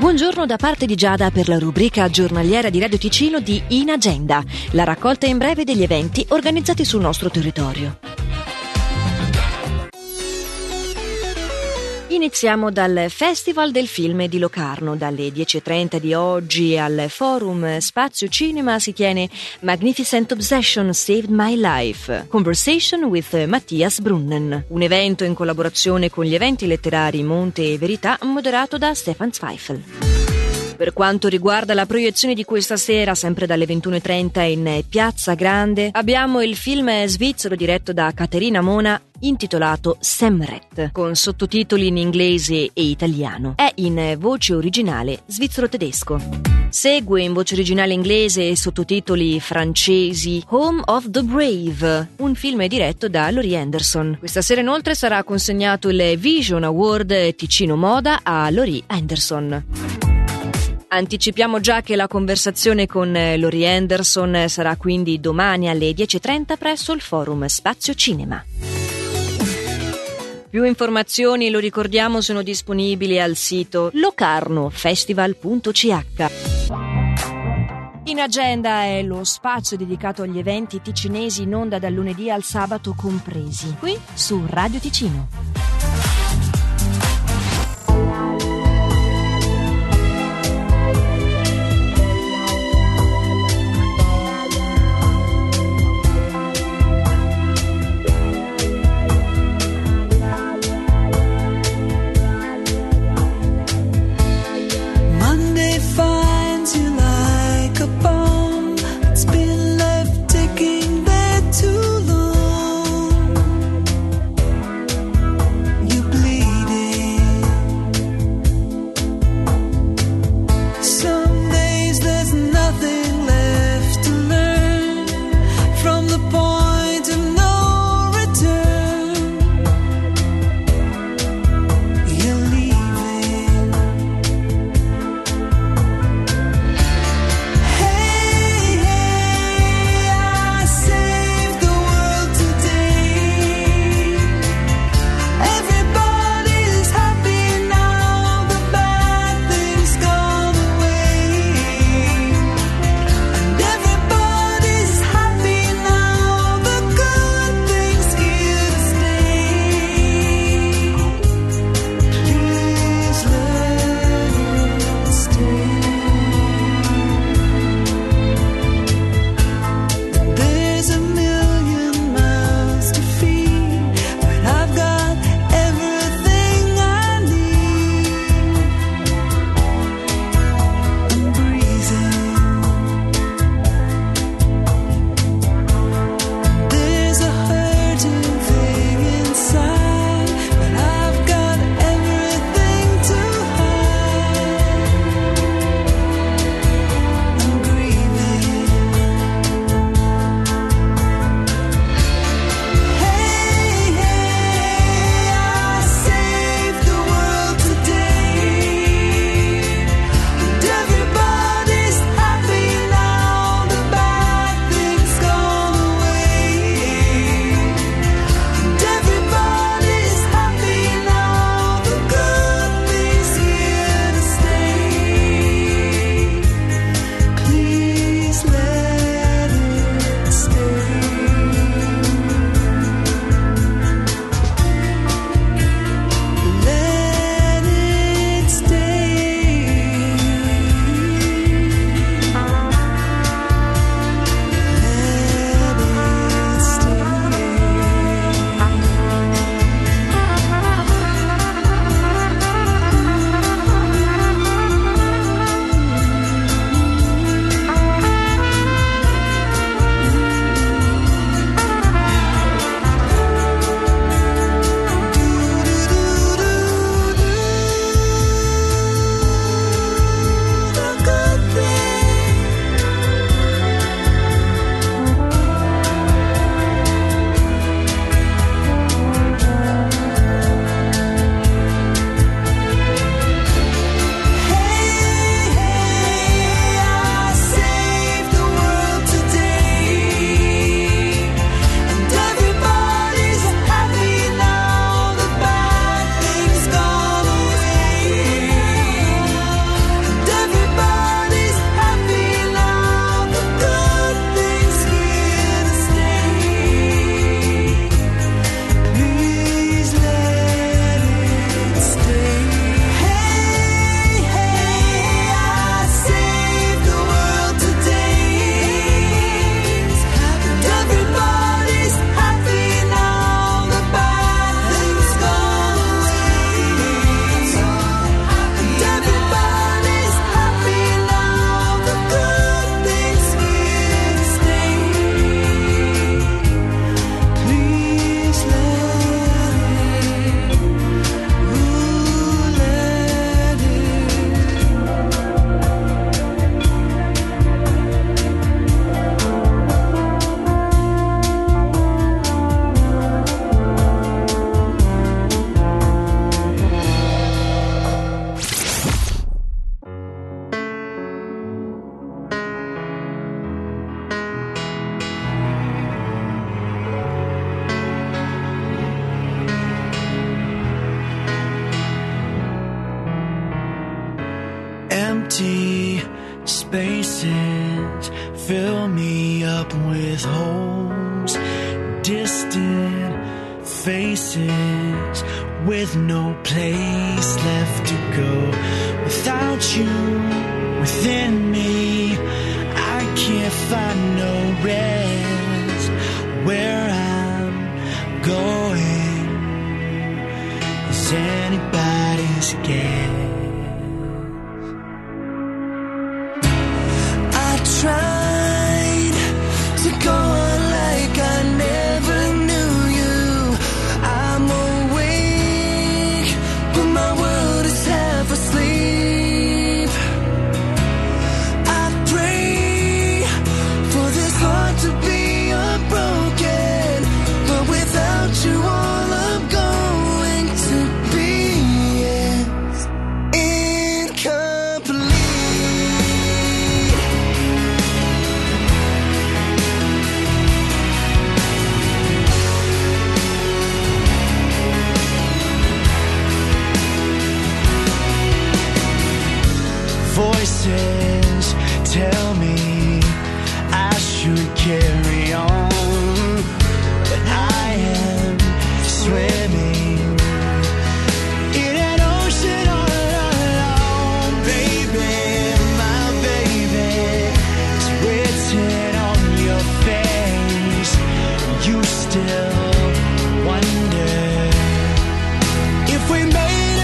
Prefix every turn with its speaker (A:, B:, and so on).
A: Buongiorno da parte di Giada per la rubrica giornaliera di Radio Ticino di In Agenda, la raccolta in breve degli eventi organizzati sul nostro territorio. Iniziamo dal Festival del Film di Locarno. Dalle 10.30 di oggi al Forum Spazio Cinema si tiene Magnificent Obsession Saved My Life, Conversation with Mattias Brunnen, un evento in collaborazione con gli eventi letterari Monte e Verità, moderato da Stefan Zweifel. Per quanto riguarda la proiezione di questa sera, sempre dalle 21.30 in Piazza Grande, abbiamo il film svizzero diretto da Caterina Mona intitolato Semret, con sottotitoli in inglese e italiano. È in voce originale svizzero-tedesco. Segue in voce originale inglese e sottotitoli francesi Home of the Brave, un film diretto da Laurie Anderson. Questa sera inoltre sarà consegnato il Vision Award Ticino Moda a Laurie Anderson. Anticipiamo già che la conversazione con Laurie Anderson sarà quindi domani alle 10.30 presso il Forum Spazio Cinema. Più informazioni, lo ricordiamo, sono disponibili al sito locarnofestival.ch. In Agenda è lo spazio dedicato agli eventi ticinesi in onda dal lunedì al sabato compresi, qui su Radio Ticino.
B: Empty spaces fill me up with holes, distant faces with no place left to go. Without you within me, I can't find no rest. Where I'm going is anybody's guess.